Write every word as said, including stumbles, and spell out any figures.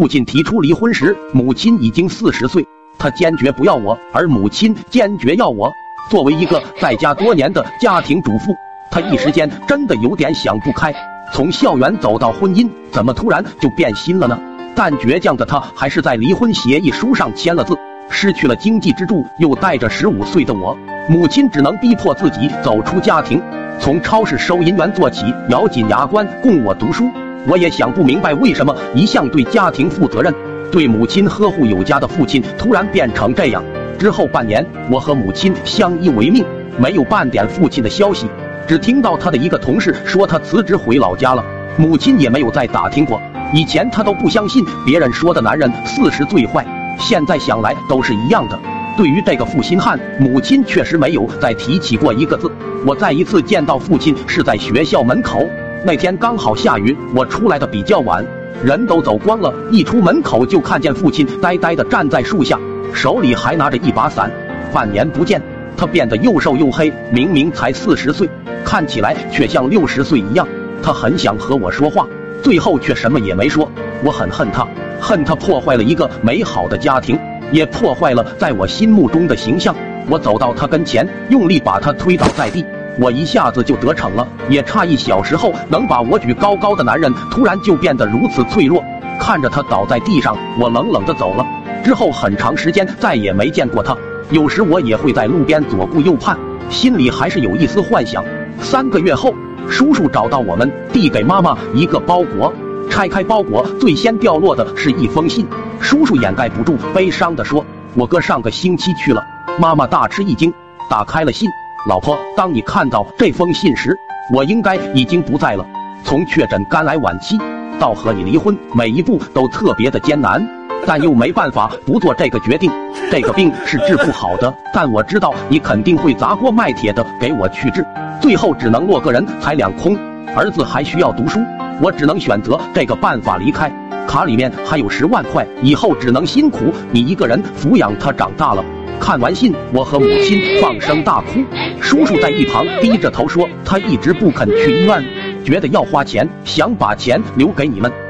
父亲提出离婚时，母亲已经四十岁，他坚决不要我，而母亲坚决要我。作为一个在家多年的家庭主妇，他一时间真的有点想不开。从校园走到婚姻，怎么突然就变心了呢？但倔强的他还是在离婚协议书上签了字。失去了经济支柱，又带着十五岁的我，母亲只能逼迫自己走出家庭，从超市收银员做起，咬紧牙关供我读书。我也想不明白，为什么一向对家庭负责任、对母亲呵护有加的父亲突然变成这样。之后半年，我和母亲相依为命，没有半点父亲的消息，只听到他的一个同事说他辞职回老家了，母亲也没有再打听过。以前他都不相信别人说的男人四十最坏，现在想来都是一样的。对于这个负心汉，母亲确实没有再提起过一个字。我再一次见到父亲是在学校门口，那天刚好下雨，我出来的比较晚，人都走光了，一出门口就看见父亲呆呆地站在树下，手里还拿着一把伞。半年不见，他变得又瘦又黑，明明才四十岁，看起来却像六十岁一样。他很想和我说话，最后却什么也没说。我很恨他，恨他破坏了一个美好的家庭，也破坏了在我心目中的形象。我走到他跟前，用力把他推倒在地，我一下子就得逞了，也诧异小时候能把我举高高的男人突然就变得如此脆弱。看着他倒在地上，我冷冷地走了。之后很长时间再也没见过他，有时我也会在路边左顾右盼，心里还是有一丝幻想。三个月后，叔叔找到我们，递给妈妈一个包裹。拆开包裹，最先掉落的是一封信。叔叔掩盖不住悲伤地说：“我哥上个星期去了。”妈妈大吃一惊，打开了信。老婆，当你看到这封信时，我应该已经不在了。从确诊肝癌晚期到和你离婚，每一步都特别的艰难，但又没办法不做这个决定。这个病是治不好的，但我知道你肯定会砸锅卖铁的给我去治，最后只能落个人财两空。儿子还需要读书，我只能选择这个办法离开。卡里面还有十万块，以后只能辛苦你一个人抚养他长大了。看完信，我和母亲放声大哭。叔叔在一旁低着头说，他一直不肯去医院，觉得要花钱，想把钱留给你们。